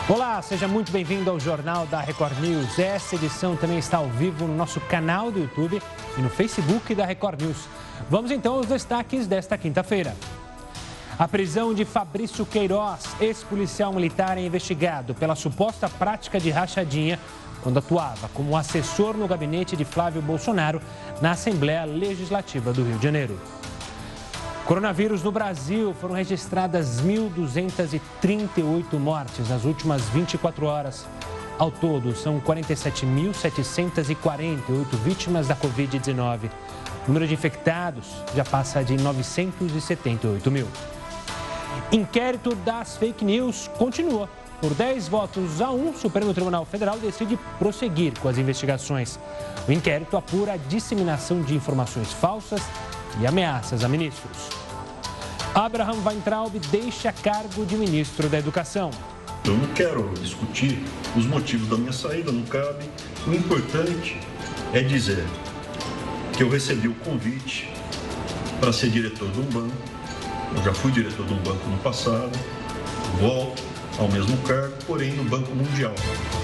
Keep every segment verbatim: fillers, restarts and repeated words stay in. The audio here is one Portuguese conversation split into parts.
Olá, seja muito bem-vindo ao Jornal da Record News. Essa edição também está ao vivo no nosso canal do YouTube e no Facebook da Record News. Vamos então aos destaques desta quinta-feira. A prisão de Fabrício Queiroz, ex-policial militar, é investigado pela suposta prática de rachadinha quando atuava como assessor no gabinete de Flávio Bolsonaro na Assembleia Legislativa do Rio de Janeiro. Coronavírus no Brasil, foram registradas mil duzentas e trinta e oito mortes nas últimas vinte e quatro horas. Ao todo, são quarenta e sete mil setecentas e quarenta e oito vítimas da covid dezenove. O número de infectados já passa de novecentos e setenta e oito mil. Inquérito das fake news continua. Por dez votos a um, o Supremo Tribunal Federal decide prosseguir com as investigações. O inquérito apura a disseminação de informações falsas e ameaças a ministros. Abraham Weintraub deixa cargo de ministro da Educação. Eu não quero discutir os motivos da minha saída, não cabe. O importante é dizer que eu recebi o convite para ser diretor de um banco. Eu já fui diretor de um banco no passado, volto ao mesmo cargo, porém no Banco Mundial.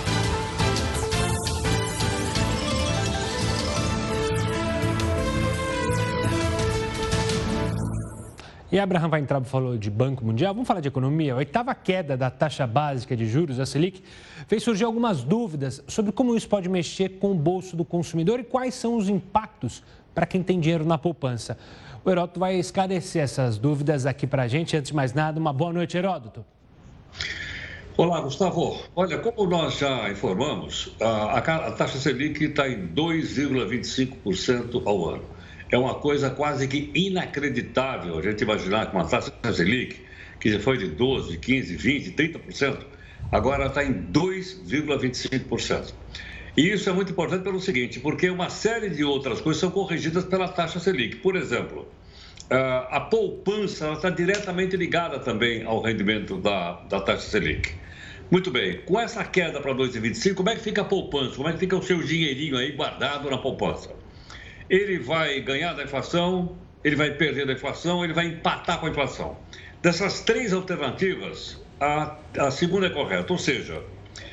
E Abraham Weintraub falou de Banco Mundial. Vamos falar de economia. A oitava queda da taxa básica de juros, a Selic, fez surgir algumas dúvidas sobre como isso pode mexer com o bolso do consumidor e quais são os impactos para quem tem dinheiro na poupança. O Heródoto vai esclarecer essas dúvidas aqui para a gente. Antes de mais nada, uma boa noite, Heródoto. Olá, Gustavo. Olha, como nós já informamos, a, a taxa Selic está em dois vírgula vinte e cinco por cento ao ano. É uma coisa quase que inacreditável a gente imaginar que uma taxa Selic, que já foi de doze, quinze, vinte, trinta por cento, agora está em dois vírgula vinte e cinco por cento. E isso é muito importante pelo seguinte, porque uma série de outras coisas são corrigidas pela taxa Selic. Por exemplo, a poupança está diretamente ligada também ao rendimento da, da taxa Selic. Muito bem, com essa queda para dois vírgula vinte e cinco, como é que fica a poupança? Como é que fica o seu dinheirinho aí guardado na poupança? Ele vai ganhar da inflação, ele vai perder da inflação, ele vai empatar com a inflação. Dessas três alternativas, a, a segunda é correta, ou seja,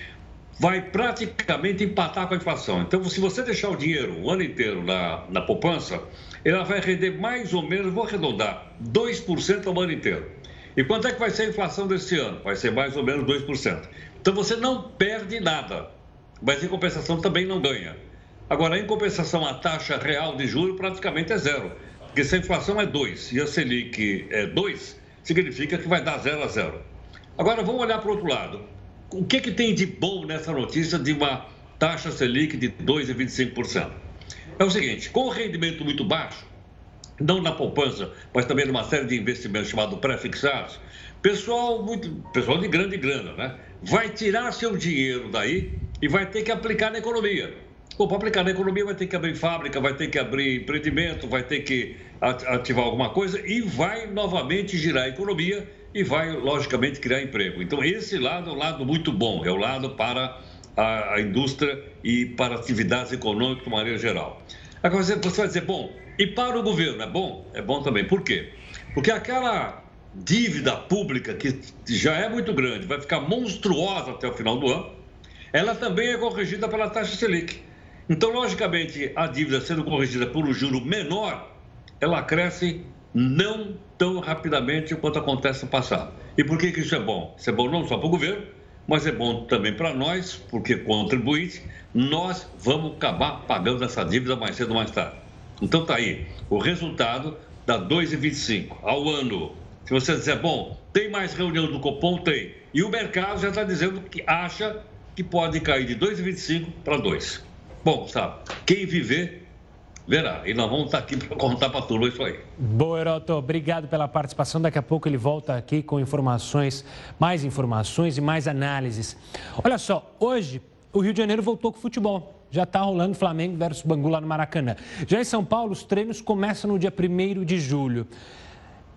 vai praticamente empatar com a inflação. Então, se você deixar o dinheiro o ano inteiro na, na poupança, ela vai render mais ou menos, vou arredondar, dois por cento ao ano inteiro. E quanto é que vai ser a inflação desse ano? Vai ser mais ou menos dois por cento. Então, você não perde nada, mas em compensação também não ganha. Agora, em compensação, a taxa real de juros praticamente é zero, porque se a inflação é dois e a Selic é dois, significa que vai dar zero a zero. Agora, vamos olhar para o outro lado. O que, que tem de bom nessa notícia de uma taxa Selic de dois vírgula vinte e cinco por cento? É o seguinte, com o rendimento muito baixo, não na poupança, mas também numa série de investimentos chamados pré-fixados, pessoal, muito, pessoal de grande grana, né? Vai tirar seu dinheiro daí e vai ter que aplicar na economia. Bom, para aplicar na economia vai ter que abrir fábrica, vai ter que abrir empreendimento, vai ter que ativar alguma coisa e vai novamente girar a economia e vai, logicamente, criar emprego. Então, esse lado é um lado muito bom, é o lado para a, a indústria e para atividades econômicas de maneira geral. Agora, você vai dizer, bom, e para o governo, é bom? É bom também. Por quê? Porque aquela dívida pública, que já é muito grande, vai ficar monstruosa até o final do ano, ela também é corrigida pela taxa Selic. Então, logicamente, a dívida sendo corrigida por um juro menor, ela cresce não tão rapidamente quanto acontece no passado. E por que que isso é bom? Isso é bom não só para o governo, mas é bom também para nós, porque contribuinte, nós vamos acabar pagando essa dívida mais cedo ou mais tarde. Então, está aí, o resultado dá dois vírgula vinte e cinco ao ano. Se você disser, bom, tem mais reunião do Copom? Tem. E o mercado já está dizendo que acha que pode cair de dois vírgula vinte e cinco para dois. Bom, sabe, quem viver, verá. E nós vamos estar aqui para contar para a turma isso aí. Boa, Heródoto. Obrigado pela participação. Daqui a pouco ele volta aqui com informações, mais informações e mais análises. Olha só, hoje o Rio de Janeiro voltou com o futebol. Já está rolando Flamengo versus Bangu lá no Maracanã. Já em São Paulo, os treinos começam no dia primeiro de julho.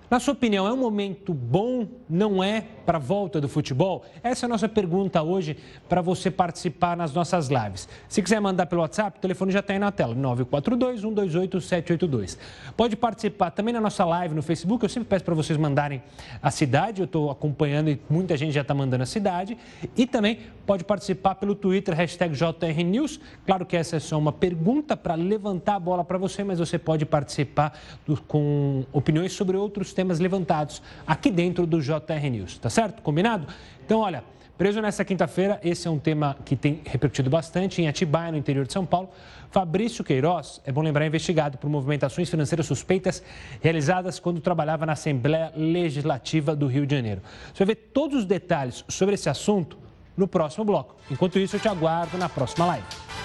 Na sua opinião, é um momento bom? Não é para a volta do futebol? Essa é a nossa pergunta hoje para você participar nas nossas lives. Se quiser mandar pelo WhatsApp, o telefone já está aí na tela, nove quatro dois, um dois oito, sete oito dois. Pode participar também na nossa live no Facebook. Eu sempre peço para vocês mandarem a cidade. Eu estou acompanhando e muita gente já está mandando a cidade. E também pode participar pelo Twitter, hashtag J R News. Claro que essa é só uma pergunta para levantar a bola para você, mas você pode participar do, com opiniões sobre outros temas levantados aqui dentro do J R News, tá certo? Combinado? Então, olha, preso nessa quinta-feira, esse é um tema que tem repercutido bastante em Atibaia, no interior de São Paulo. Fabrício Queiroz, é bom lembrar, investigado por movimentações financeiras suspeitas realizadas quando trabalhava na Assembleia Legislativa do Rio de Janeiro. Você vai ver todos os detalhes sobre esse assunto no próximo bloco. Enquanto isso, eu te aguardo na próxima live.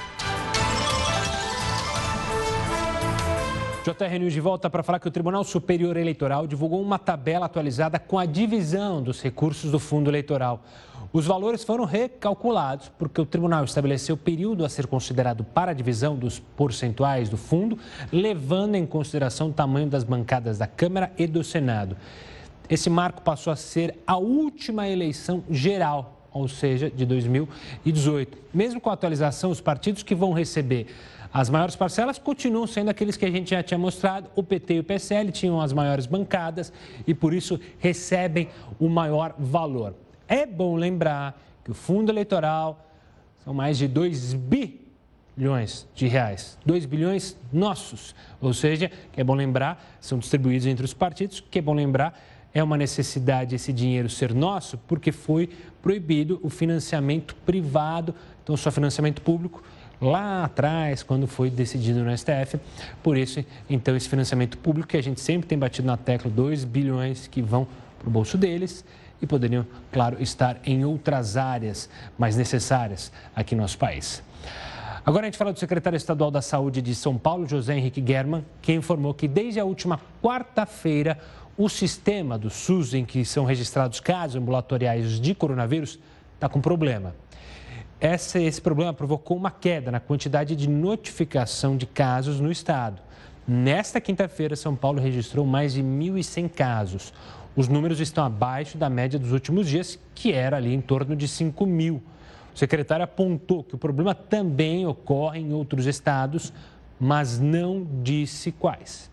J R News de volta para falar que o Tribunal Superior Eleitoral divulgou uma tabela atualizada com a divisão dos recursos do fundo eleitoral. Os valores foram recalculados porque o tribunal estabeleceu o período a ser considerado para a divisão dos percentuais do fundo, levando em consideração o tamanho das bancadas da Câmara e do Senado. Esse marco passou a ser a última eleição geral, ou seja, de dois mil e dezoito. Mesmo com a atualização, os partidos que vão receber as maiores parcelas continuam sendo aqueles que a gente já tinha mostrado. O P T e o P S L tinham as maiores bancadas e, por isso, recebem o maior valor. É bom lembrar que o fundo eleitoral são mais de dois bilhões de reais. dois bilhões nossos. Ou seja, que é bom lembrar, são distribuídos entre os partidos, que é bom lembrar, é uma necessidade esse dinheiro ser nosso, porque foi proibido o financiamento privado, então só financiamento público, lá atrás, quando foi decidido no S T F. Por isso, então, esse financiamento público que a gente sempre tem batido na tecla, dois bilhões que vão para o bolso deles e poderiam, claro, estar em outras áreas mais necessárias aqui no nosso país. Agora a gente fala do secretário estadual da Saúde de São Paulo, José Henrique German, que informou que desde a última quarta-feira o sistema do SUS em que são registrados casos ambulatoriais de coronavírus está com problema. Esse, esse problema provocou uma queda na quantidade de notificação de casos no estado. Nesta quinta-feira, São Paulo registrou mais de mil e cem casos. Os números estão abaixo da média dos últimos dias, que era ali em torno de cinco mil. O secretário apontou que o problema também ocorre em outros estados, mas não disse quais.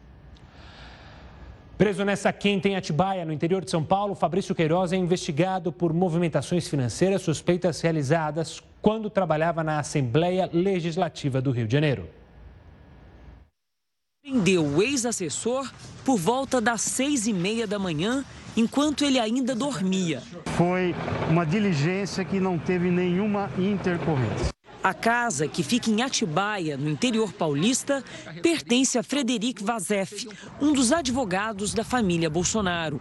Preso nessa quinta em Atibaia, no interior de São Paulo, Fabrício Queiroz é investigado por movimentações financeiras suspeitas realizadas quando trabalhava na Assembleia Legislativa do Rio de Janeiro. Prendeu o ex-assessor por volta das seis e meia da manhã, enquanto ele ainda dormia. Foi uma diligência que não teve nenhuma intercorrência. A casa, que fica em Atibaia, no interior paulista, pertence a Frederic Vazef, um dos advogados da família Bolsonaro.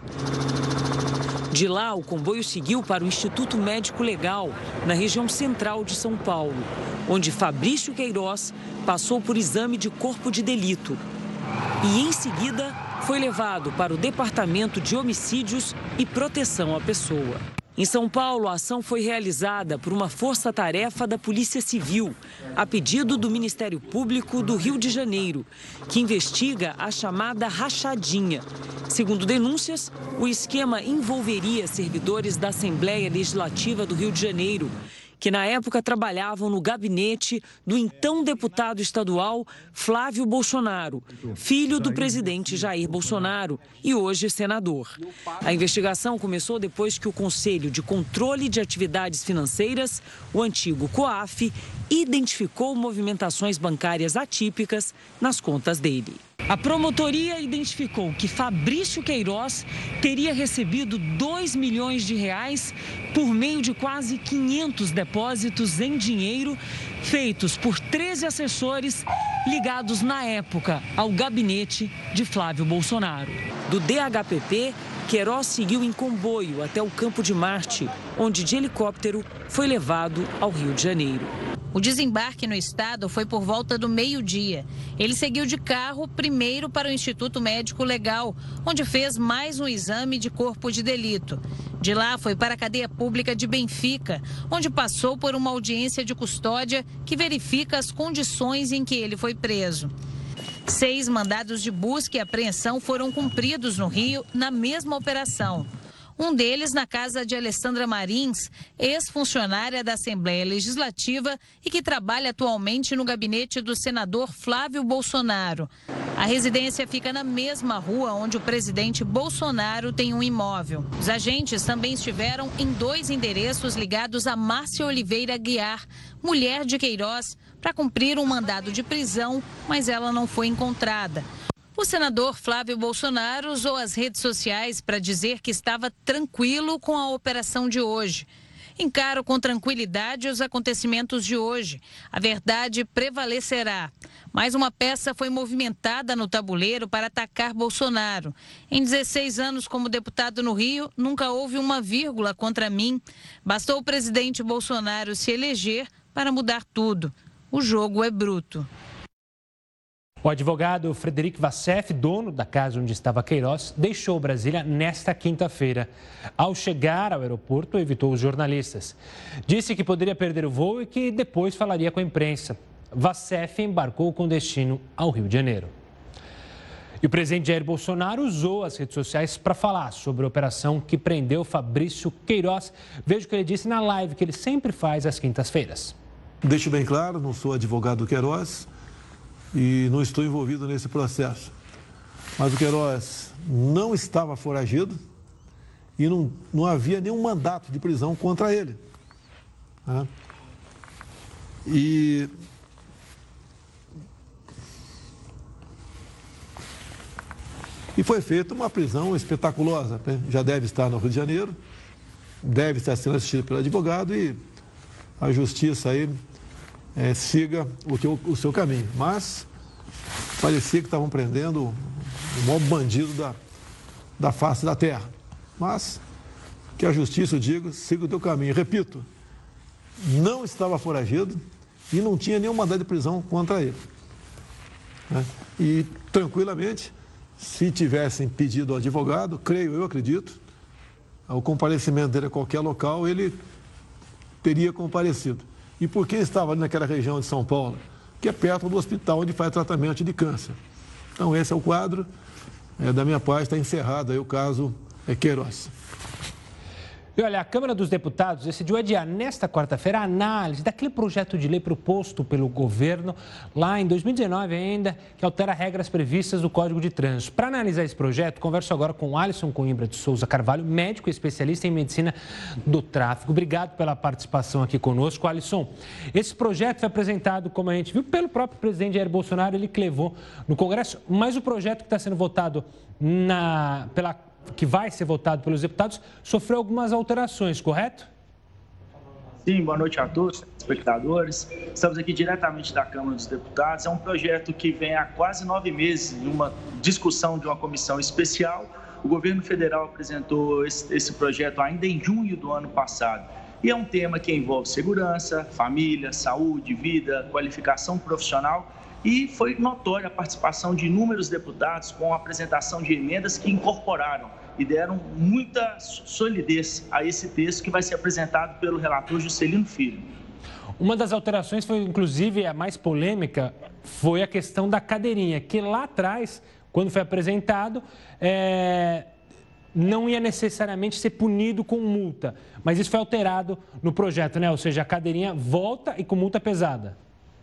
De lá, o comboio seguiu para o Instituto Médico Legal, na região central de São Paulo, onde Fabrício Queiroz passou por exame de corpo de delito. E, em seguida, foi levado para o Departamento de Homicídios e Proteção à Pessoa. Em São Paulo, a ação foi realizada por uma força-tarefa da Polícia Civil, a pedido do Ministério Público do Rio de Janeiro, que investiga a chamada rachadinha. Segundo denúncias, o esquema envolveria servidores da Assembleia Legislativa do Rio de Janeiro, que na época trabalhavam no gabinete do então deputado estadual Flávio Bolsonaro, filho do presidente Jair Bolsonaro e hoje senador. A investigação começou depois que o Conselho de Controle de Atividades Financeiras, o antigo COAF, identificou movimentações bancárias atípicas nas contas dele. A promotoria identificou que Fabrício Queiroz teria recebido dois milhões de reais por meio de quase quinhentos depósitos em dinheiro feitos por treze assessores ligados na época ao gabinete de Flávio Bolsonaro. Do D H P P, Queiroz seguiu em comboio até o Campo de Marte, onde de helicóptero foi levado ao Rio de Janeiro. O desembarque no estado foi por volta do meio-dia. Ele seguiu de carro primeiro para o Instituto Médico Legal, onde fez mais um exame de corpo de delito. De lá foi para a cadeia pública de Benfica, onde passou por uma audiência de custódia que verifica as condições em que ele foi preso. Seis mandados de busca e apreensão foram cumpridos no Rio na mesma operação. Um deles na casa de Alessandra Marins, ex-funcionária da Assembleia Legislativa e que trabalha atualmente no gabinete do senador Flávio Bolsonaro. A residência fica na mesma rua onde o presidente Bolsonaro tem um imóvel. Os agentes também estiveram em dois endereços ligados a Márcia Oliveira Guiar, mulher de Queiroz, para cumprir um mandado de prisão, mas ela não foi encontrada. O senador Flávio Bolsonaro usou as redes sociais para dizer que estava tranquilo com a operação de hoje. Encaro com tranquilidade os acontecimentos de hoje. A verdade prevalecerá. Mais uma peça foi movimentada no tabuleiro para atacar Bolsonaro. Em dezesseis anos como deputado no Rio, nunca houve uma vírgula contra mim. Bastou o presidente Bolsonaro se eleger para mudar tudo. O jogo é bruto. O advogado Frederic Vassef, dono da casa onde estava Queiroz, deixou Brasília nesta quinta-feira. Ao chegar ao aeroporto, evitou os jornalistas. Disse que poderia perder o voo e que depois falaria com a imprensa. Vassef embarcou com destino ao Rio de Janeiro. E o presidente Jair Bolsonaro usou as redes sociais para falar sobre a operação que prendeu Fabrício Queiroz. Veja o que ele disse na live que ele sempre faz às quintas-feiras. Deixo bem claro, não sou advogado do Queiroz e não estou envolvido nesse processo. Mas o Queiroz não estava foragido e não, não havia nenhum mandato de prisão contra ele. Né? E E foi feita uma prisão espetaculosa. Né? Já deve estar no Rio de Janeiro, deve estar sendo assistido pelo advogado e a justiça aí é, siga o, que, o seu caminho. Mas parecia que estavam prendendo o maior bandido da, da face da terra. Mas que a justiça, eu digo, siga o teu caminho. Repito, não estava foragido e não tinha nenhum mandado de prisão contra ele. Né? E tranquilamente, se tivessem pedido ao advogado, creio, eu acredito, o comparecimento dele a qualquer local, ele teria comparecido. E por que estava ali naquela região de São Paulo? Que é perto do hospital onde faz tratamento de câncer. Então, esse é o quadro. É, da minha parte, está encerrado aí o caso é, Queiroz. E olha, a Câmara dos Deputados decidiu adiar nesta quarta-feira a análise daquele projeto de lei proposto pelo governo lá em dois mil e dezenove ainda, que altera regras previstas no Código de Trânsito. Para analisar esse projeto, converso agora com Alisson Coimbra de Souza Carvalho, médico e especialista em medicina do tráfego. Obrigado pela participação aqui conosco, Alisson. Esse projeto foi apresentado, como a gente viu, pelo próprio presidente Jair Bolsonaro, ele que levou no Congresso, mas o projeto que está sendo votado na, pela que vai ser votado pelos deputados, sofreu algumas alterações, correto? Sim, boa noite a todos, espectadores. Estamos aqui diretamente da Câmara dos Deputados. É um projeto que vem há quase nove meses em uma discussão de uma comissão especial. O governo federal apresentou esse, esse projeto ainda em junho do ano passado. E é um tema que envolve segurança, família, saúde, vida, qualificação profissional. E foi notória a participação de inúmeros deputados com a apresentação de emendas que incorporaram e deram muita solidez a esse texto que vai ser apresentado pelo relator Juscelino Filho. Uma das alterações foi, inclusive, a mais polêmica, foi a questão da cadeirinha, que lá atrás, quando foi apresentado, é... não ia necessariamente ser punido com multa, mas isso foi alterado no projeto, né? Ou seja, a cadeirinha volta e com multa pesada.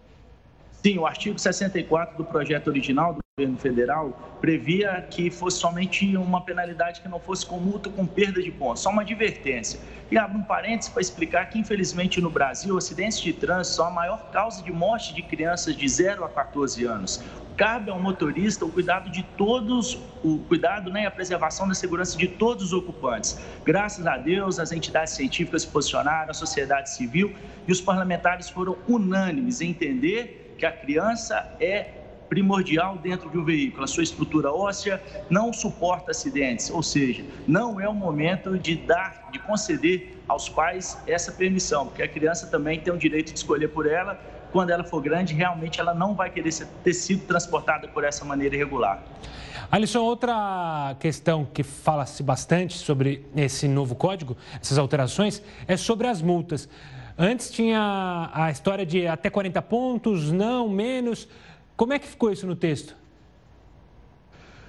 Sim, o artigo sessenta e quatro do projeto original do governo federal previa que fosse somente uma penalidade que não fosse com multa com perda de pontos, só uma advertência. E abro um parênteses para explicar que, infelizmente, no Brasil, acidentes de trânsito são a maior causa de morte de crianças de zero a quatorze anos. Cabe ao motorista o cuidado de todos, o cuidado, né, e a preservação da segurança de todos os ocupantes. Graças a Deus, as entidades científicas se posicionaram, a sociedade civil e os parlamentares foram unânimes em entender que a criança é primordial dentro de um veículo. A sua estrutura óssea não suporta acidentes, ou seja, não é o momento de dar, de conceder aos pais essa permissão, porque a criança também tem o direito de escolher por ela. Quando ela for grande, realmente ela não vai querer ter sido transportada por essa maneira irregular. Alisson, outra questão que fala-se bastante sobre esse novo código, essas alterações, é sobre as multas. Antes tinha a história de até quarenta pontos, não, menos. Como é que ficou isso no texto?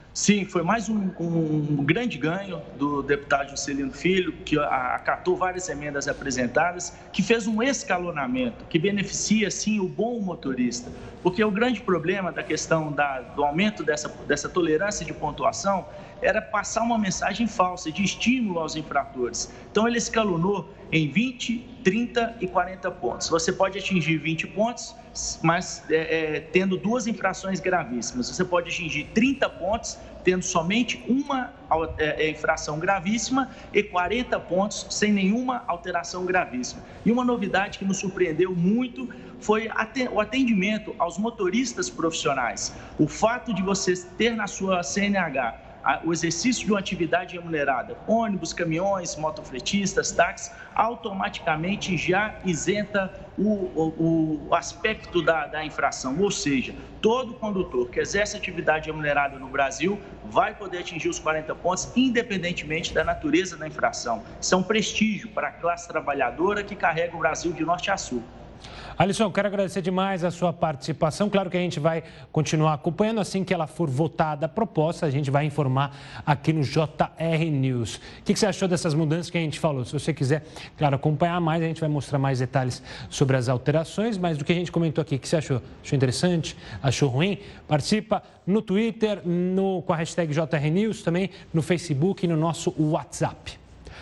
Sim, foi mais um, um grande ganho do deputado Juscelino Filho, que acatou várias emendas apresentadas, que fez um escalonamento, que beneficia, sim, o bom motorista. Porque o grande problema da questão da, do aumento dessa, dessa tolerância de pontuação era passar uma mensagem falsa de estímulo aos infratores. Então, ele escalonou em vinte, trinta e quarenta pontos. Você pode atingir vinte pontos, mas é, é, tendo duas infrações gravíssimas. Você pode atingir trinta pontos, tendo somente uma é, é, infração gravíssima e quarenta pontos sem nenhuma alteração gravíssima. E uma novidade que nos surpreendeu muito foi o atendimento aos motoristas profissionais. O fato de você ter na sua C N H o exercício de uma atividade remunerada, ônibus, caminhões, motofretistas, táxis, automaticamente já isenta o, o, o aspecto da, da infração. Ou seja, todo condutor que exerce atividade remunerada no Brasil vai poder atingir os quarenta pontos, independentemente da natureza da infração. Isso é um prestígio para a classe trabalhadora que carrega o Brasil de norte a sul. Alisson, quero agradecer demais a sua participação. Claro que a gente vai continuar acompanhando. Assim que ela for votada a proposta, a gente vai informar aqui no J R News. O que você achou dessas mudanças que a gente falou? Se você quiser, claro, acompanhar mais, a gente vai mostrar mais detalhes sobre as alterações. Mas do que a gente comentou aqui, o que você achou? Achou interessante? Achou ruim? Participa no Twitter, no, com a hashtag J R News, também no Facebook e no nosso WhatsApp.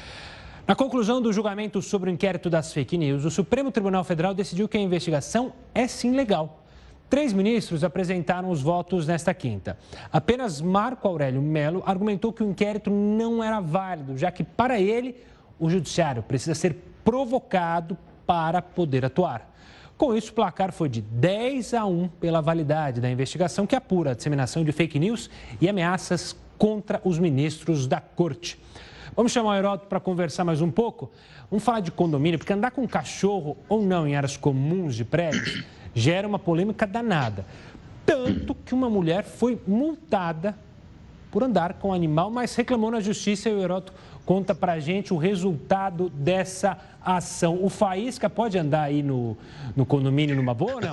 Na conclusão do julgamento sobre o inquérito das fake news, o Supremo Tribunal Federal decidiu que a investigação é sim legal. Três ministros apresentaram os votos nesta quinta. Apenas Marco Aurélio Mello argumentou que o inquérito não era válido, já que, para ele, o judiciário precisa ser provocado para poder atuar. Com isso, o placar foi de dez a um pela validade da investigação que apura a disseminação de fake news e ameaças contra os ministros da Corte. Vamos chamar o Heródoto para conversar mais um pouco? Vamos falar de condomínio, porque andar com um cachorro ou não em áreas comuns de prédios gera uma polêmica danada. Tanto que uma mulher foi multada por andar com o animal, mas reclamou na justiça e o Heródoto conta para a gente o resultado dessa ação. O Faísca pode andar aí no, no condomínio numa boa ou não?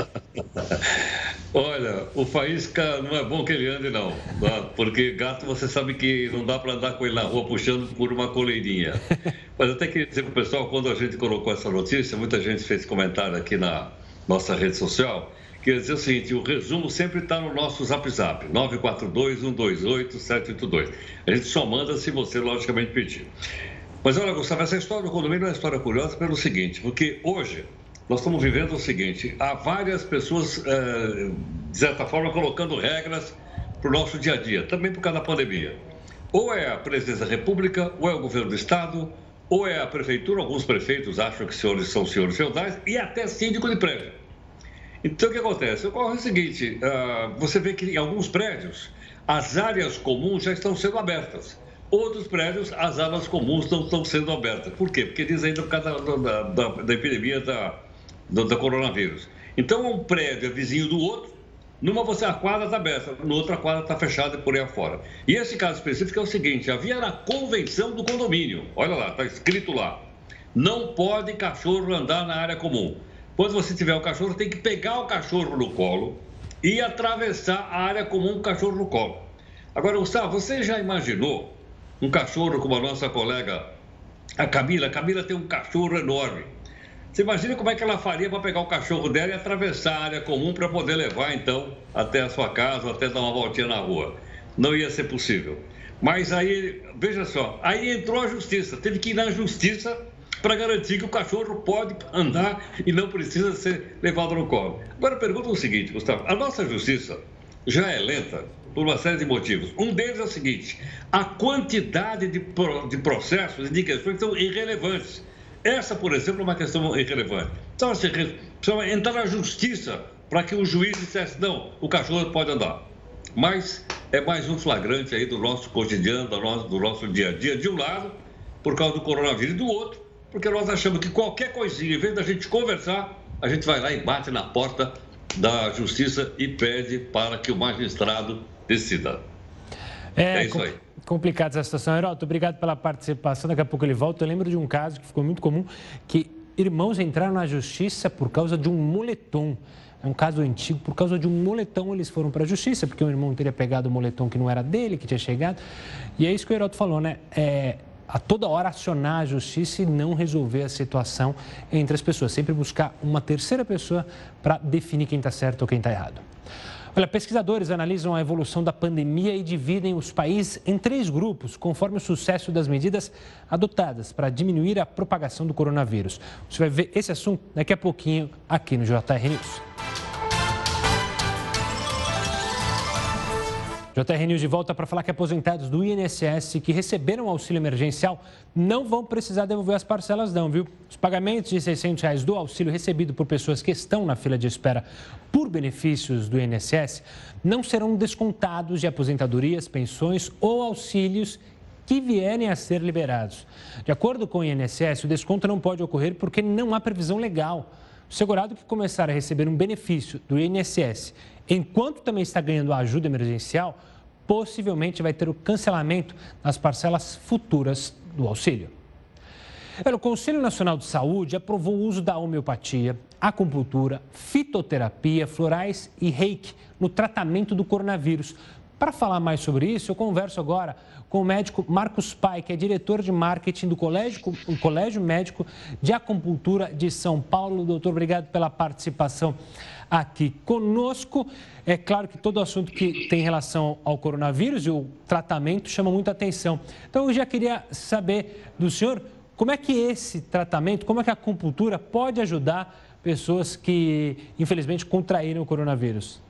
Olha, o Faísca não é bom que ele ande, não. Porque gato, você sabe que não dá para andar com ele na rua puxando por uma coleirinha. Mas eu até queria dizer para o pessoal, quando a gente colocou essa notícia, muita gente fez comentário aqui na nossa rede social, queria dizer o seguinte, o resumo sempre está no nosso Zap Zap, nove quatro dois, um dois oito, sete oito dois. A gente só manda se você, logicamente, pedir. Mas olha, Gustavo, essa história do condomínio é uma história curiosa pelo seguinte, porque hoje nós estamos vivendo o seguinte, há várias pessoas, é, de certa forma, colocando regras para o nosso dia a dia, também por causa da pandemia. Ou é a Presidência da República, ou é o Governo do Estado, ou é a Prefeitura, alguns prefeitos acham que senhores são senhores feudais, e até síndico de prédio. Então, o que acontece? Ocorre o seguinte, uh, você vê que em alguns prédios, as áreas comuns já estão sendo abertas. Outros prédios, as áreas comuns não estão sendo abertas. Por quê? Porque diz ainda por causa da, da, da epidemia da, da, da coronavírus. Então, um prédio é vizinho do outro, numa você a quadra está aberta, no outro a quadra está fechada e por aí afora. E esse caso específico é o seguinte, havia na convenção do condomínio, olha lá, está escrito lá, não pode cachorro andar na área comum. Quando você tiver o cachorro, tem que pegar o cachorro no colo e atravessar a área comum com o cachorro no colo. Agora, Gustavo, você já imaginou um cachorro como a nossa colega, a Camila? A Camila tem um cachorro enorme. Você imagina como é que ela faria para pegar o cachorro dela e atravessar a área comum para poder levar, então, até a sua casa, até dar uma voltinha na rua? Não ia ser possível. Mas aí, veja só, aí entrou a justiça, teve que ir na justiça para garantir que o cachorro pode andar e não precisa ser levado no colo. Agora, pergunta o seguinte, Gustavo, a nossa justiça já é lenta por uma série de motivos. Um deles é o seguinte, a quantidade de, pro, de processos e de questões são irrelevantes. Essa, por exemplo, é uma questão irrelevante. Então, você precisa entrar na justiça para que o juiz dissesse, não, o cachorro pode andar. Mas é mais um flagrante aí do nosso cotidiano, do nosso, do nosso dia a dia, de um lado, por causa do coronavírus, e do outro, porque nós achamos que qualquer coisinha, em vez da gente conversar, a gente vai lá e bate na porta da justiça e pede para que o magistrado decida. É, é isso aí. Complicada essa situação. Heródoto, obrigado pela participação. Daqui a pouco ele volta. Eu lembro de um caso que ficou muito comum, que irmãos entraram na justiça por causa de um moletom. É um caso antigo, por causa de um moletom eles foram para a justiça, porque o irmão teria pegado o moletom que não era dele, que tinha chegado. E é isso que o Heródoto falou, né? É, a toda hora acionar a justiça e não resolver a situação entre as pessoas. Sempre buscar uma terceira pessoa para definir quem está certo ou quem está errado. Olha, pesquisadores analisam a evolução da pandemia e dividem os países em três grupos, conforme o sucesso das medidas adotadas para diminuir a propagação do coronavírus. Você vai ver esse assunto daqui a pouquinho aqui no J R News. J R News de volta para falar que aposentados do I N S S que receberam auxílio emergencial não vão precisar devolver as parcelas não, viu? Os pagamentos de seiscentos reais do auxílio recebido por pessoas que estão na fila de espera por benefícios do I N S S não serão descontados de aposentadorias, pensões ou auxílios que vierem a ser liberados. De acordo com o I N S S, o desconto não pode ocorrer porque não há previsão legal. O segurado que começar a receber um benefício do I N S S enquanto também está ganhando a ajuda emergencial, possivelmente vai ter o cancelamento das parcelas futuras do auxílio. O Conselho Nacional de Saúde aprovou o uso da homeopatia, acupuntura, fitoterapia, florais e reiki no tratamento do coronavírus. Para falar mais sobre isso, eu converso agora com o médico Marcos Pai, que é diretor de marketing do Colégio, o Colégio Médico de Acupuntura de São Paulo. Doutor, obrigado pela participação aqui conosco. É claro que todo assunto que tem relação ao coronavírus e o tratamento chama muita atenção. Então, eu já queria saber do senhor como é que esse tratamento, como é que a acupuntura pode ajudar pessoas que, infelizmente, contraíram o coronavírus.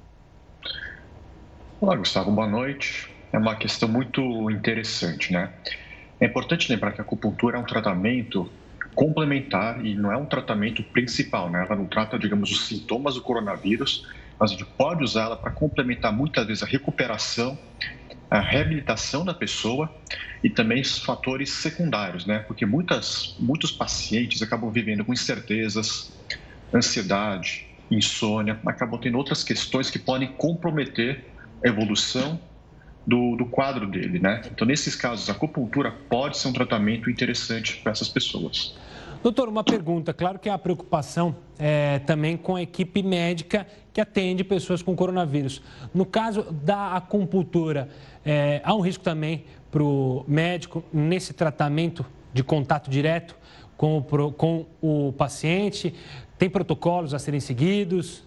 Olá, Gustavo, boa noite. É uma questão muito interessante, né? É importante lembrar que a acupuntura é um tratamento complementar e não é um tratamento principal, né? Ela não trata, digamos, os sintomas do coronavírus, mas a gente pode usá-la para complementar muitas vezes a recuperação, a reabilitação da pessoa e também os fatores secundários, né? Porque muitas, muitos pacientes acabam vivendo com incertezas, ansiedade, insônia, acabam tendo outras questões que podem comprometer a evolução do, do quadro dele, né? Então, nesses casos, a acupuntura pode ser um tratamento interessante para essas pessoas. Doutor, uma pergunta. Claro que há preocupação é, também com a equipe médica que atende pessoas com coronavírus. No caso da acupuntura, é, há um risco também para o médico nesse tratamento de contato direto com o, com o paciente? Tem protocolos a serem seguidos?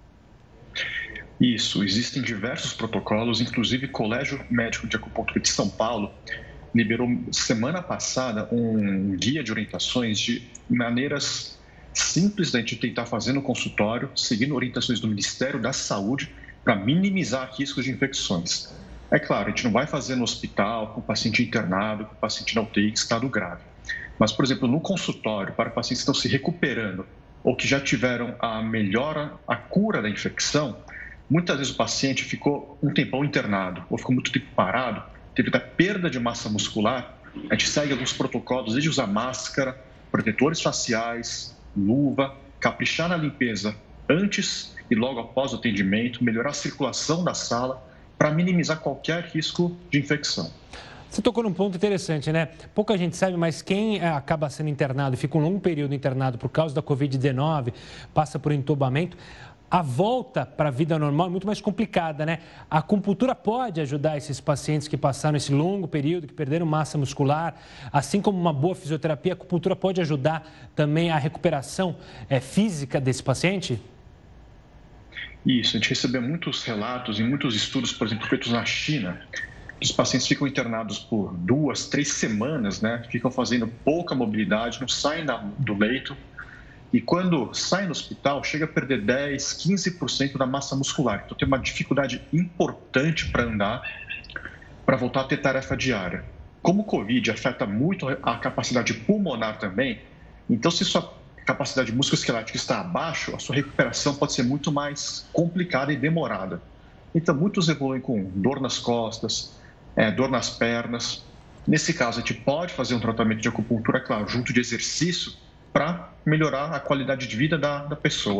Isso, existem diversos protocolos, inclusive o Colégio Médico de Acupuntura de São Paulo liberou semana passada um guia de orientações de maneiras simples da gente tentar fazer no consultório, seguindo orientações do Ministério da Saúde para minimizar riscos de infecções. É claro, a gente não vai fazer no hospital, com o paciente internado, com o paciente na U T I em estado grave. Mas, por exemplo, no consultório, para pacientes que estão se recuperando ou que já tiveram a melhora, a cura da infecção, muitas vezes o paciente ficou um tempão internado ou ficou muito tempo parado, teve a perda de massa muscular. A gente segue alguns protocolos, desde usar máscara, protetores faciais, luva, caprichar na limpeza antes e logo após o atendimento, melhorar a circulação da sala para minimizar qualquer risco de infecção. Você tocou num ponto interessante, né? Pouca gente sabe, mas quem acaba sendo internado, fica um longo período internado por causa da covid dezenove, passa por entubamento, a volta para a vida normal é muito mais complicada, né? A acupuntura pode ajudar esses pacientes que passaram esse longo período, que perderam massa muscular, assim como uma boa fisioterapia, a acupuntura pode ajudar também a recuperação é, física desse paciente? Isso, a gente recebeu muitos relatos e muitos estudos, por exemplo, feitos na China. Os pacientes ficam internados por duas, três semanas, né? Ficam fazendo pouca mobilidade, não saem do leito. E quando saem do hospital, chega a perder dez, quinze por cento da massa muscular. Então, tem uma dificuldade importante para andar, para voltar a ter tarefa diária. Como o Covid afeta muito a capacidade pulmonar também, então, se sua capacidade musculoesquelética está abaixo, a sua recuperação pode ser muito mais complicada e demorada. Então, muitos evoluem com dor nas costas, é, dor nas pernas. Nesse caso, a gente pode fazer um tratamento de acupuntura, claro, junto de exercício, para melhorar a qualidade de vida da, da pessoa.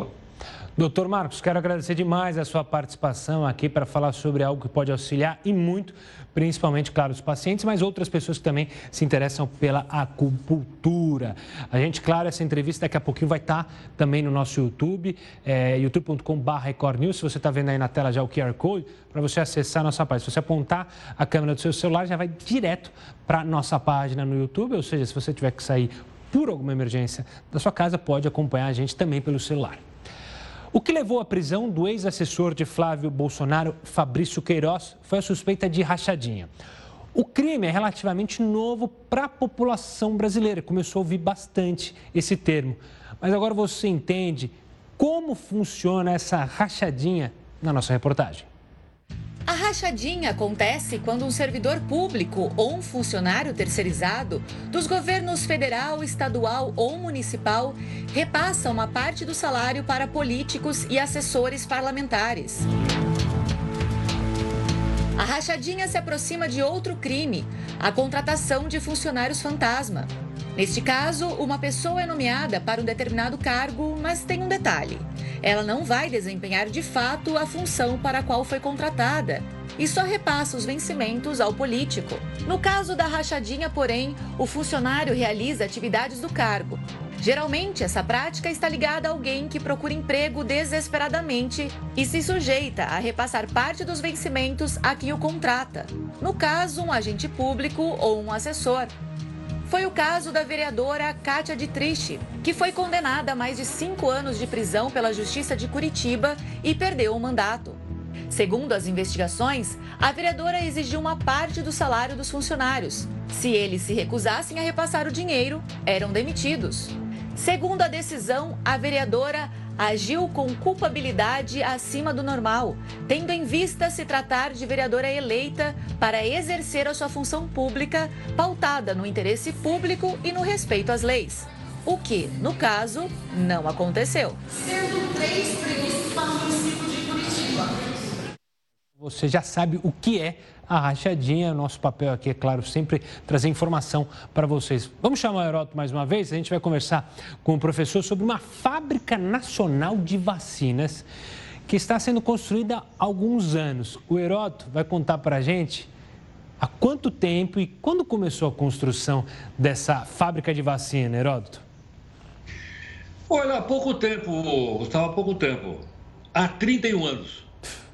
Doutor Marcos, quero agradecer demais a sua participação aqui para falar sobre algo que pode auxiliar e muito, principalmente, claro, os pacientes, mas outras pessoas que também se interessam pela acupuntura. A gente, claro, essa entrevista daqui a pouquinho vai estar também no nosso YouTube, é, youtube ponto com barra Record News. Se você está vendo aí na tela já o Q R Code, para você acessar a nossa página. Se você apontar a câmera do seu celular, já vai direto para a nossa página no YouTube, ou seja, se você tiver que sair por alguma emergência da sua casa, pode acompanhar a gente também pelo celular. O que levou à prisão do ex-assessor de Flávio Bolsonaro, Fabrício Queiroz, foi a suspeita de rachadinha. O crime é relativamente novo para a população brasileira, começou a ouvir bastante esse termo. Mas agora você entende como funciona essa rachadinha na nossa reportagem. A rachadinha acontece quando um servidor público ou um funcionário terceirizado dos governos federal, estadual ou municipal repassa uma parte do salário para políticos e assessores parlamentares. A rachadinha se aproxima de outro crime, a contratação de funcionários fantasma. Neste caso, uma pessoa é nomeada para um determinado cargo, mas tem um detalhe. Ela não vai desempenhar de fato a função para a qual foi contratada e só repassa os vencimentos ao político. No caso da rachadinha, porém, o funcionário realiza atividades do cargo. Geralmente, essa prática está ligada a alguém que procura emprego desesperadamente e se sujeita a repassar parte dos vencimentos a quem o contrata. No caso, um agente público ou um assessor. Foi o caso da vereadora Kátia Dietrich, que foi condenada a mais de cinco anos de prisão pela Justiça de Curitiba e perdeu o mandato. Segundo as investigações, a vereadora exigiu uma parte do salário dos funcionários. Se eles se recusassem a repassar o dinheiro, eram demitidos. Segundo a decisão, a vereadora agiu com culpabilidade acima do normal, tendo em vista se tratar de vereadora eleita para exercer a sua função pública, pautada no interesse público e no respeito às leis. O que, no caso, não aconteceu. Sendo três previstos para o município de Curitiba. Você já sabe o que é a rachadinha. Nosso papel aqui, é claro, sempre trazer informação para vocês. Vamos chamar o Heródoto mais uma vez? A gente vai conversar com o professor sobre uma fábrica nacional de vacinas que está sendo construída há alguns anos. O Heródoto vai contar para a gente há quanto tempo e quando começou a construção dessa fábrica de vacina, Heródoto? Olha, há pouco tempo, Gustavo, há pouco tempo. Há trinta e um anos.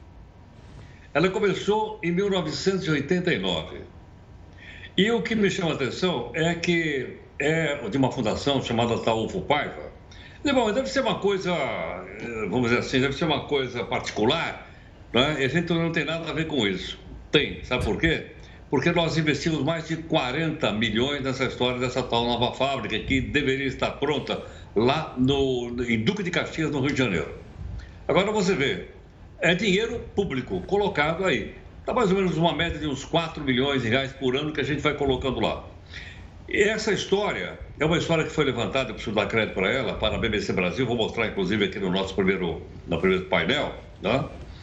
Ela começou em mil novecentos e oitenta e nove. E o que me chama a atenção é que é de uma fundação chamada Ataulfo Paiva. Bom, deve ser uma coisa, vamos dizer assim, deve ser uma coisa particular, né? E a gente não tem nada a ver com isso. Tem, sabe por quê? Porque nós investimos mais de quarenta milhões nessa história dessa tal nova fábrica que deveria estar pronta lá no, em Duque de Caxias, no Rio de Janeiro. Agora você vê, é dinheiro público colocado aí. Está mais ou menos uma média de uns quatro milhões de reais por ano que a gente vai colocando lá. E essa história é uma história que foi levantada, eu preciso dar crédito para ela, para a B B C Brasil, vou mostrar inclusive aqui no nosso primeiro, no primeiro painel, né?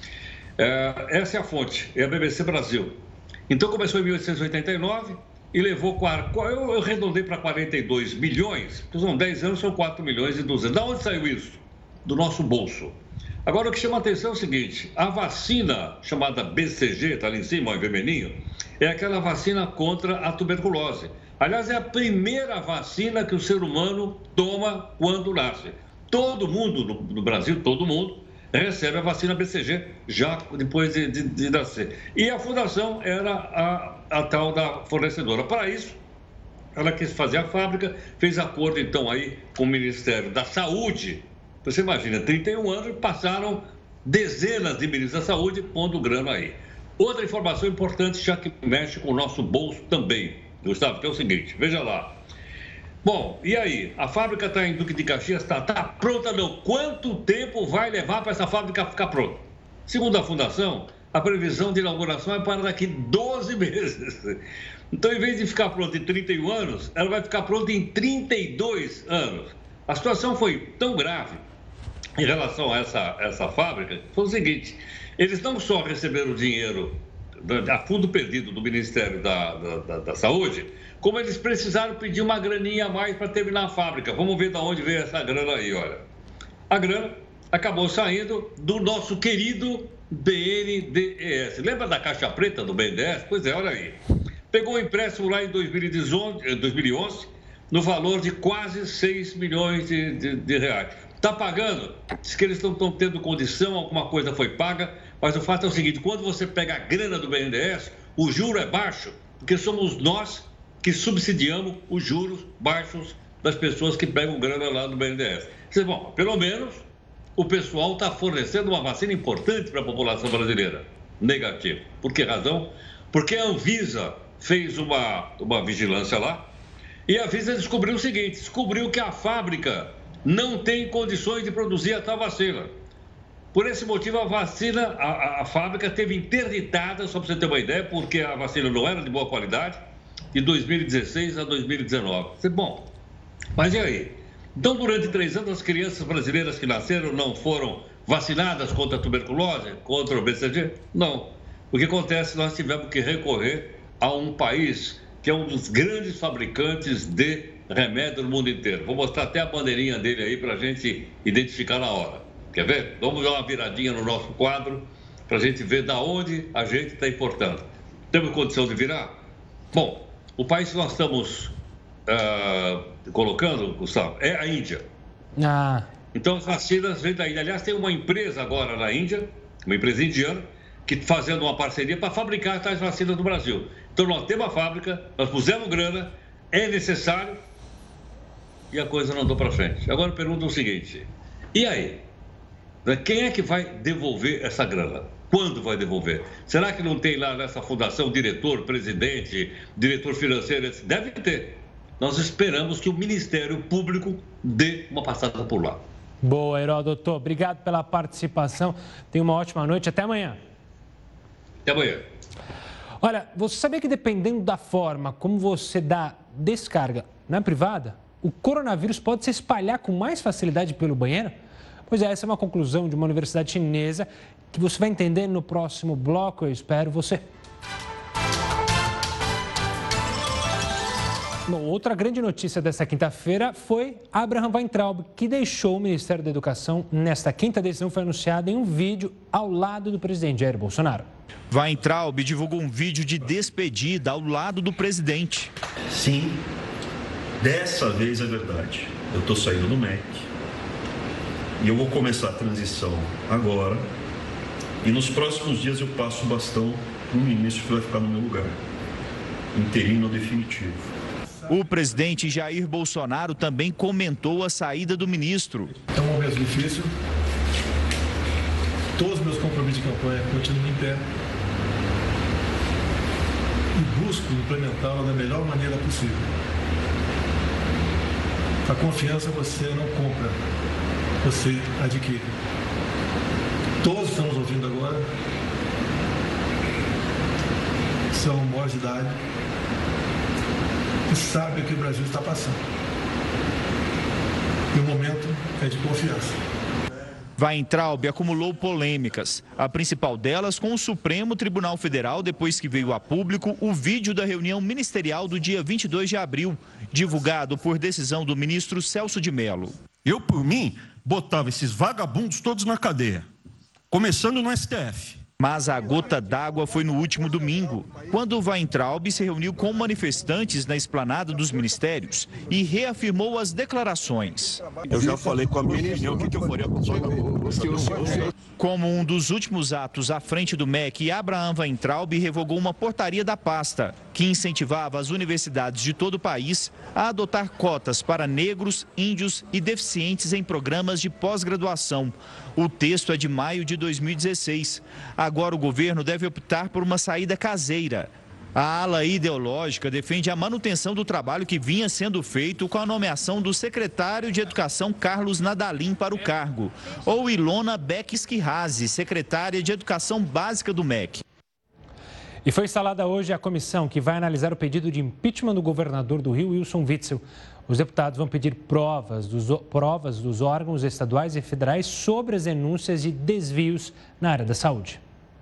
É, essa é a fonte, é a B B C Brasil. Então começou em mil oitocentos e oitenta e nove e levou, eu, eu arredondei para quarenta e dois milhões, então são dez anos, são quatro milhões e duzentos. Da onde saiu isso? Do nosso bolso. Agora, o que chama a atenção é o seguinte, a vacina chamada B C G, está ali em cima, ó, em vermelhinho, é aquela vacina contra a tuberculose. Aliás, é a primeira vacina que o ser humano toma quando nasce. Todo mundo, no, no Brasil, todo mundo, recebe a vacina B C G já depois de, de, de nascer. E a fundação era a, a tal da fornecedora. Para isso, ela quis fazer a fábrica, fez acordo, então, aí com o Ministério da Saúde. Você imagina, trinta e um anos, passaram dezenas de ministros da saúde pondo grana aí. Outra informação importante, já que mexe com o nosso bolso também, Gustavo, que é o seguinte, veja lá. Bom, e aí? A fábrica está em Duque de Caxias, está tá pronta não? Quanto tempo vai levar para essa fábrica ficar pronta? Segundo a Fundação, a previsão de inauguração é para daqui doze meses. Então, em vez de ficar pronta em trinta e um anos, ela vai ficar pronta em trinta e dois anos. A situação foi tão grave em relação a essa, essa fábrica, foi o seguinte, eles não só receberam dinheiro a fundo perdido do Ministério da, da, da, da Saúde, como eles precisaram pedir uma graninha a mais para terminar a fábrica. Vamos ver de onde veio essa grana aí, olha. A grana acabou saindo do nosso querido B N D E S. Lembra da caixa preta do B N D E S? Pois é, olha aí. Pegou o empréstimo lá em dois mil e onze, no valor de quase seis milhões de, de, de reais. Está pagando? Diz que eles não estão tendo condição, alguma coisa foi paga, mas o fato é o seguinte, quando você pega a grana do B N D E S, o juro é baixo, porque somos nós que subsidiamos os juros baixos das pessoas que pegam grana lá do B N D E S. Diz, bom, pelo menos o pessoal está fornecendo uma vacina importante para a população brasileira. Negativo. Por que razão? Porque a Anvisa fez uma, uma vigilância lá e a Anvisa descobriu o seguinte, descobriu que a fábrica não tem condições de produzir a tal vacina. Por esse motivo, a vacina, a, a, a fábrica teve interditada, só para você ter uma ideia, porque a vacina não era de boa qualidade, de dois mil e dezesseis a dois mil e dezenove. Bom, mas e aí? Então, durante três anos, as crianças brasileiras que nasceram não foram vacinadas contra a tuberculose, contra o B C G? Não. O que acontece, nós tivemos que recorrer a um país que é um dos grandes fabricantes de remédio no mundo inteiro. Vou mostrar até a bandeirinha dele aí para a gente identificar na hora. Quer ver? Vamos dar uma viradinha no nosso quadro para a gente ver da onde a gente está importando. Temos condição de virar? Bom, o país que nós estamos uh, colocando, Gustavo, é a Índia. Ah. Então, as vacinas vêm da Índia. Aliás, tem uma empresa agora na Índia, uma empresa indiana, que fazendo uma parceria para fabricar tais vacinas no Brasil. Então, nós temos a fábrica, nós pusemos grana, é necessário e a coisa não andou para frente. Agora, eu pergunto o seguinte, e aí? Quem é que vai devolver essa grana? Quando vai devolver? Será que não tem lá nessa fundação diretor, presidente, diretor financeiro? Deve ter. Nós esperamos que o Ministério Público dê uma passada por lá. Boa, Heródoto. Obrigado pela participação. Tenha uma ótima noite. Até amanhã. Até amanhã. Olha, você sabia que dependendo da forma como você dá descarga na privada, o coronavírus pode se espalhar com mais facilidade pelo banheiro? Pois é, essa é uma conclusão de uma universidade chinesa que você vai entender no próximo bloco. Eu espero você. Bom, outra grande notícia desta quinta-feira foi Abraham Weintraub, que deixou o Ministério da Educação nesta quinta. A decisão foi anunciada em um vídeo ao lado do presidente Jair Bolsonaro. Weintraub divulgou um vídeo de despedida ao lado do presidente. Sim, dessa vez é verdade. Eu estou saindo do M E C e eu vou começar a transição agora. E nos próximos dias eu passo o bastão para um ministro que vai ficar no meu lugar, interino ou definitivo. O presidente Jair Bolsonaro também comentou a saída do ministro. É um momento difícil. Todos os meus compromissos de campanha continuam em pé. E busco implementá-la da melhor maneira possível. A confiança você não compra, você adquire. Todos estamos ouvindo agora. São maiores de idade. E sabe o que o Brasil está passando. E o momento é de confiança. Weintraub acumulou polêmicas, a principal delas com o Supremo Tribunal Federal, depois que veio a público o vídeo da reunião ministerial do dia vinte e dois de abril, divulgado por decisão do ministro Celso de Mello. Eu, por mim, botava esses vagabundos todos na cadeia, começando no S T F. Mas a gota d'água foi no último domingo, quando Weintraub se reuniu com manifestantes na esplanada dos ministérios e reafirmou as declarações. Eu já falei com a minha opinião o que eu faria com o Como um dos últimos atos à frente do M E C, Abraham Weintraub revogou uma portaria da pasta que incentivava as universidades de todo o país a adotar cotas para negros, índios e deficientes em programas de pós-graduação. O texto é de maio de dois mil e dezesseis. Agora o governo deve optar por uma saída caseira. A ala ideológica defende a manutenção do trabalho que vinha sendo feito com a nomeação do secretário de Educação Carlos Nadalim para o cargo, ou Ilona Beck-Esquirrazi, secretária de Educação Básica do M E C. E foi instalada hoje a comissão que vai analisar o pedido de impeachment do governador do Rio, Wilson Witzel. Os deputados vão pedir provas dos, provas dos órgãos estaduais e federais sobre as denúncias de desvios na área da saúde.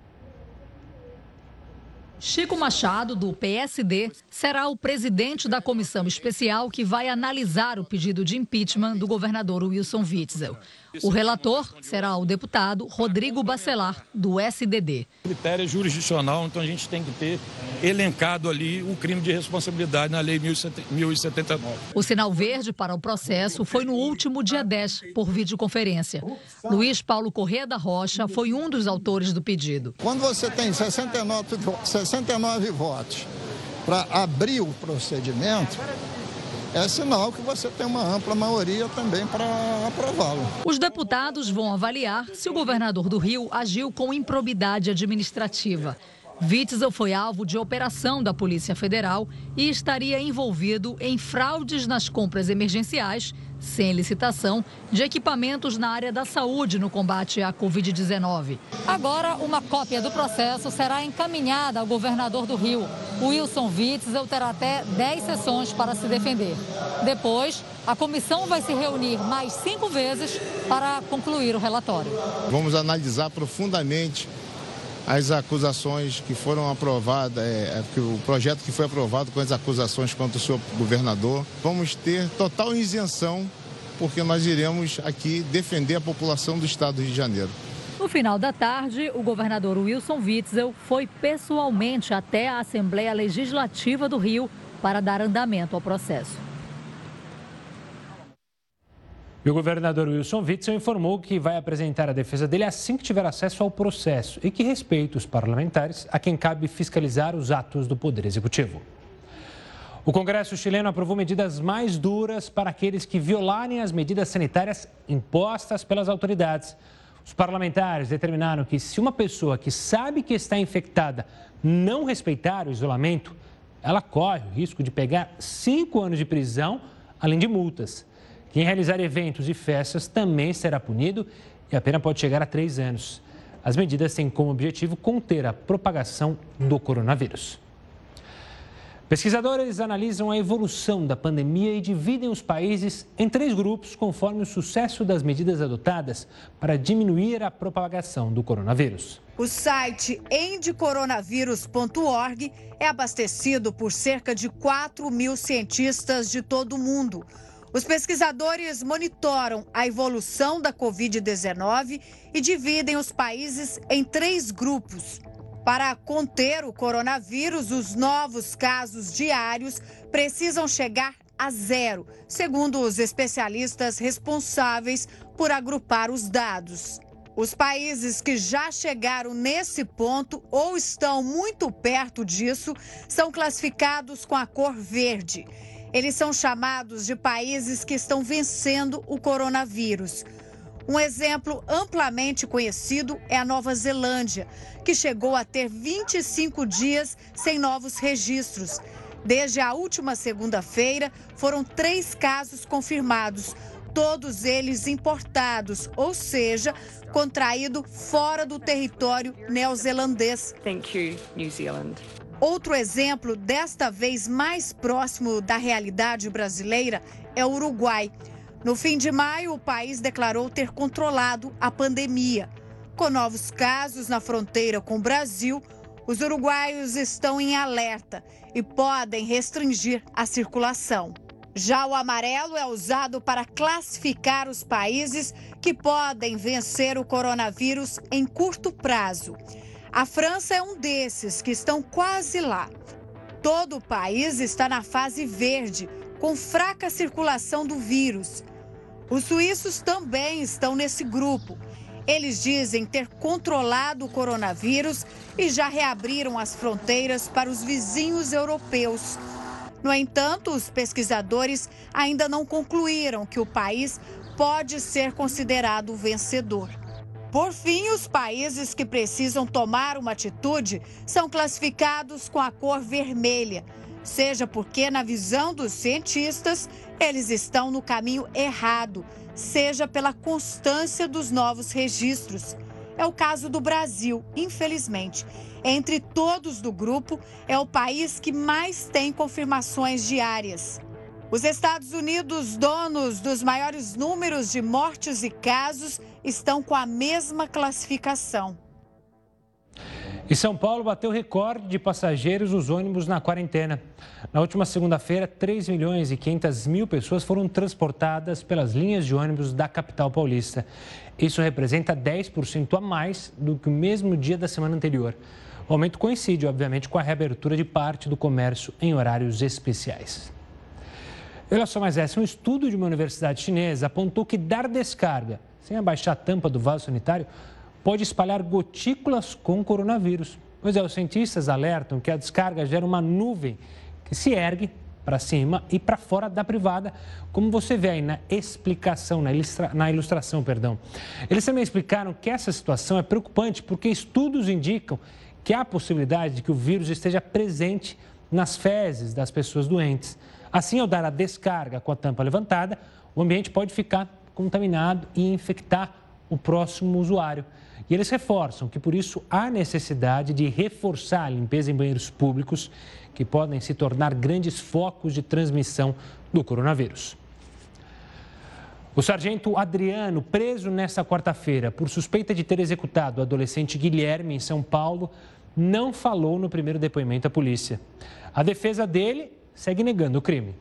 Chico Machado, do P S D, será o presidente da comissão especial que vai analisar o pedido de impeachment do governador Wilson Witzel. O relator será o deputado Rodrigo Bacelar, do S D D. O critério é jurisdicional, então a gente tem que ter elencado ali o crime de responsabilidade na Lei mil e setenta e nove. O sinal verde para o processo foi no último dia dez, por videoconferência. Luiz Paulo Corrêa da Rocha foi um dos autores do pedido. Quando você tem sessenta e nove, sessenta e nove votos para abrir o procedimento, é sinal que você tem uma ampla maioria também para aprová-lo. Os deputados vão avaliar se o governador do Rio agiu com improbidade administrativa. Witzel foi alvo de operação da Polícia Federal e estaria envolvido em fraudes nas compras emergenciais, sem licitação, de equipamentos na área da saúde no combate à covid dezenove. Agora, uma cópia do processo será encaminhada ao governador do Rio. Wilson Witzel terá até dez sessões para se defender. Depois, a comissão vai se reunir mais cinco vezes para concluir o relatório. Vamos analisar profundamente as acusações que foram aprovadas, é, o projeto que foi aprovado com as acusações contra o senhor governador. Vamos ter total isenção, porque nós iremos aqui defender a população do estado do Rio de Janeiro. No final da tarde, o governador Wilson Witzel foi pessoalmente até a Assembleia Legislativa do Rio para dar andamento ao processo. E o governador Wilson Witzel informou que vai apresentar a defesa dele assim que tiver acesso ao processo e que respeita os parlamentares, a quem cabe fiscalizar os atos do Poder Executivo. O Congresso chileno aprovou medidas mais duras para aqueles que violarem as medidas sanitárias impostas pelas autoridades. Os parlamentares determinaram que se uma pessoa que sabe que está infectada não respeitar o isolamento, ela corre o risco de pegar cinco anos de prisão, além de multas. Quem realizar eventos e festas também será punido e a pena pode chegar a três anos. As medidas têm como objetivo conter a propagação do coronavírus. Pesquisadores analisam a evolução da pandemia e dividem os países em três grupos conforme o sucesso das medidas adotadas para diminuir a propagação do coronavírus. O site end coronavírus ponto org é abastecido por cerca de quatro mil cientistas de todo o mundo. Os pesquisadores monitoram a evolução da covid dezenove e dividem os países em três grupos. Para conter o coronavírus, os novos casos diários precisam chegar a zero, segundo os especialistas responsáveis por agrupar os dados. Os países que já chegaram nesse ponto ou estão muito perto disso são classificados com a cor verde. Eles são chamados de países que estão vencendo o coronavírus. Um exemplo amplamente conhecido é a Nova Zelândia, que chegou a ter vinte e cinco dias sem novos registros. Desde a última segunda-feira, foram três casos confirmados, todos eles importados, ou seja, contraído fora do território neozelandês. Thank you, New Zealand. Outro exemplo, desta vez mais próximo da realidade brasileira, é o Uruguai. No fim de maio, o país declarou ter controlado a pandemia. Com novos casos na fronteira com o Brasil, os uruguaios estão em alerta e podem restringir a circulação. Já o amarelo é usado para classificar os países que podem vencer o coronavírus em curto prazo. A França é um desses que estão quase lá. Todo o país está na fase verde, com fraca circulação do vírus. Os suíços também estão nesse grupo. Eles dizem ter controlado o coronavírus e já reabriram as fronteiras para os vizinhos europeus. No entanto, os pesquisadores ainda não concluíram que o país pode ser considerado vencedor. Por fim, os países que precisam tomar uma atitude são classificados com a cor vermelha, seja porque, na visão dos cientistas, eles estão no caminho errado, seja pela constância dos novos registros. É o caso do Brasil, infelizmente. Entre todos do grupo, é o país que mais tem confirmações diárias. Os Estados Unidos, donos dos maiores números de mortes e casos, estão com a mesma classificação. E São Paulo bateu recorde de passageiros nos ônibus na quarentena. Na última segunda-feira, três milhões e quinhentas mil pessoas foram transportadas pelas linhas de ônibus da capital paulista. Isso representa dez por cento a mais do que o mesmo dia da semana anterior. O aumento coincide, obviamente, com a reabertura de parte do comércio em horários especiais. Olha só mais essa, um estudo de uma universidade chinesa apontou que dar descarga sem abaixar a tampa do vaso sanitário pode espalhar gotículas com coronavírus. Pois é, os cientistas alertam que a descarga gera uma nuvem que se ergue para cima e para fora da privada, como você vê aí na explicação, na, ilustra, na ilustração, perdão. Eles também explicaram que essa situação é preocupante porque estudos indicam que há a possibilidade de que o vírus esteja presente nas fezes das pessoas doentes. Assim, ao dar a descarga com a tampa levantada, o ambiente pode ficar contaminado e infectar o próximo usuário. E eles reforçam que, por isso, há necessidade de reforçar a limpeza em banheiros públicos, que podem se tornar grandes focos de transmissão do coronavírus. O sargento Adriano, preso nesta quarta-feira por suspeita de ter executado o adolescente Guilherme em São Paulo, não falou no primeiro depoimento à polícia. A defesa dele segue negando o crime.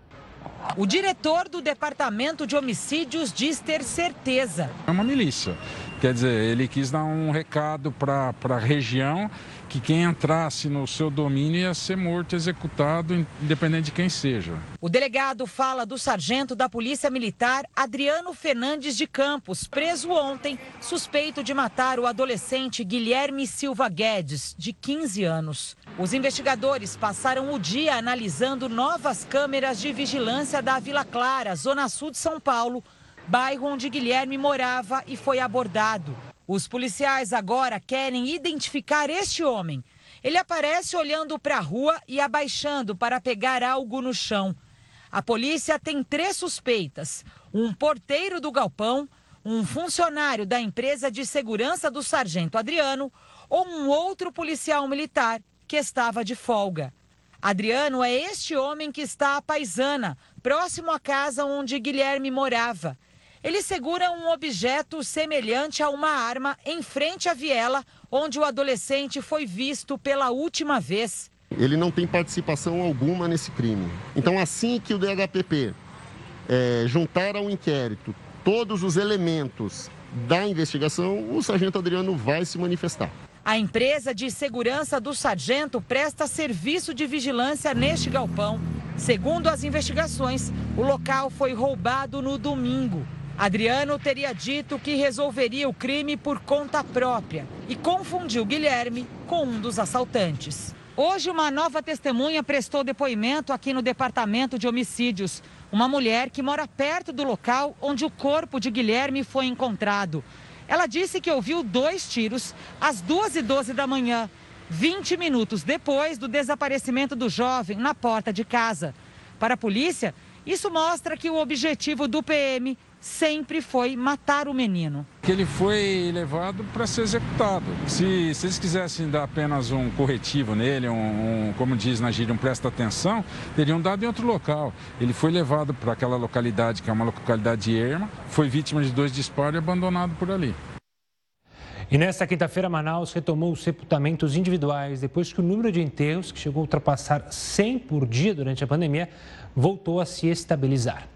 O diretor do Departamento de Homicídios diz ter certeza. É uma milícia. Quer dizer, ele quis dar um recado para a região que quem entrasse no seu domínio ia ser morto, executado, independente de quem seja. O delegado fala do sargento da Polícia Militar, Adriano Fernandes de Campos, preso ontem, suspeito de matar o adolescente Guilherme Silva Guedes, de quinze anos. Os investigadores passaram o dia analisando novas câmeras de vigilância da Vila Clara, zona sul de São Paulo, bairro onde Guilherme morava e foi abordado. Os policiais agora querem identificar este homem. Ele aparece olhando para a rua e abaixando para pegar algo no chão. A polícia tem três suspeitas: um porteiro do galpão, um funcionário da empresa de segurança do sargento Adriano ou um outro policial militar que estava de folga. Adriano é este homem que está à Paisana, próximo à casa onde Guilherme morava. Ele segura um objeto semelhante a uma arma em frente à viela onde o adolescente foi visto pela última vez. Ele não tem participação alguma nesse crime. Então, assim que o D H P P é, juntar ao inquérito todos os elementos da investigação, o sargento Adriano vai se manifestar. A empresa de segurança do sargento presta serviço de vigilância neste galpão. Segundo as investigações, o local foi roubado no domingo. Adriano teria dito que resolveria o crime por conta própria e confundiu Guilherme com um dos assaltantes. Hoje, uma nova testemunha prestou depoimento aqui no Departamento de Homicídios. Uma mulher que mora perto do local onde o corpo de Guilherme foi encontrado. Ela disse que ouviu dois tiros às duas e doze da manhã, vinte minutos depois do desaparecimento do jovem na porta de casa. Para a polícia, isso mostra que o objetivo do P M sempre foi matar o menino. Que ele foi levado para ser executado. Se, se eles quisessem dar apenas um corretivo nele, um, um, como diz na gíria, um presta atenção, teriam dado em outro local. Ele foi levado para aquela localidade, que é uma localidade erma, foi vítima de dois disparos e abandonado por ali. E nesta quinta-feira, Manaus retomou os sepultamentos individuais, depois que o número de enterros, que chegou a ultrapassar cem por dia durante a pandemia, voltou a se estabilizar.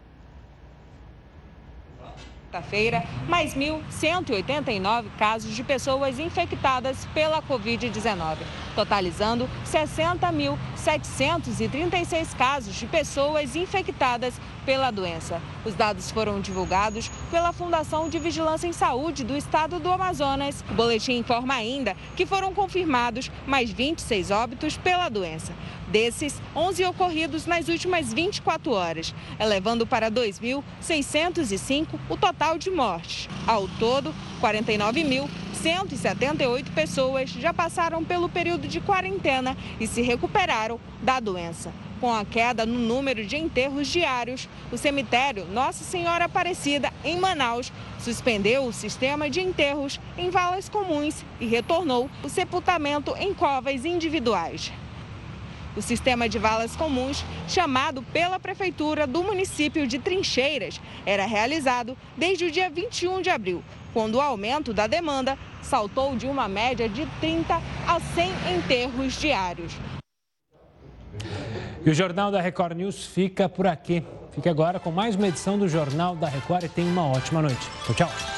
Quinta-feira, mais mil cento e oitenta e nove casos de pessoas infectadas pela covid dezenove, totalizando sessenta mil setecentos e trinta e seis casos de pessoas infectadas pela doença. Os dados foram divulgados pela Fundação de Vigilância em Saúde do Estado do Amazonas. O boletim informa ainda que foram confirmados mais vinte e seis óbitos pela doença. Desses, onze ocorridos nas últimas vinte e quatro horas, elevando para dois mil seiscentos e cinco o total de mortes. Ao todo, quarenta e nove mil cento e setenta e oito pessoas já passaram pelo período de quarentena e se recuperaram da doença. Com a queda no número de enterros diários, o cemitério Nossa Senhora Aparecida, em Manaus, suspendeu o sistema de enterros em valas comuns e retornou o sepultamento em covas individuais. O sistema de valas comuns, chamado pela Prefeitura do município de Trincheiras, era realizado desde o dia vinte e um de abril, quando o aumento da demanda saltou de uma média de trinta a cem enterros diários. E o Jornal da Record News fica por aqui. Fique agora com mais uma edição do Jornal da Record e tenha uma ótima noite. Tchau, tchau.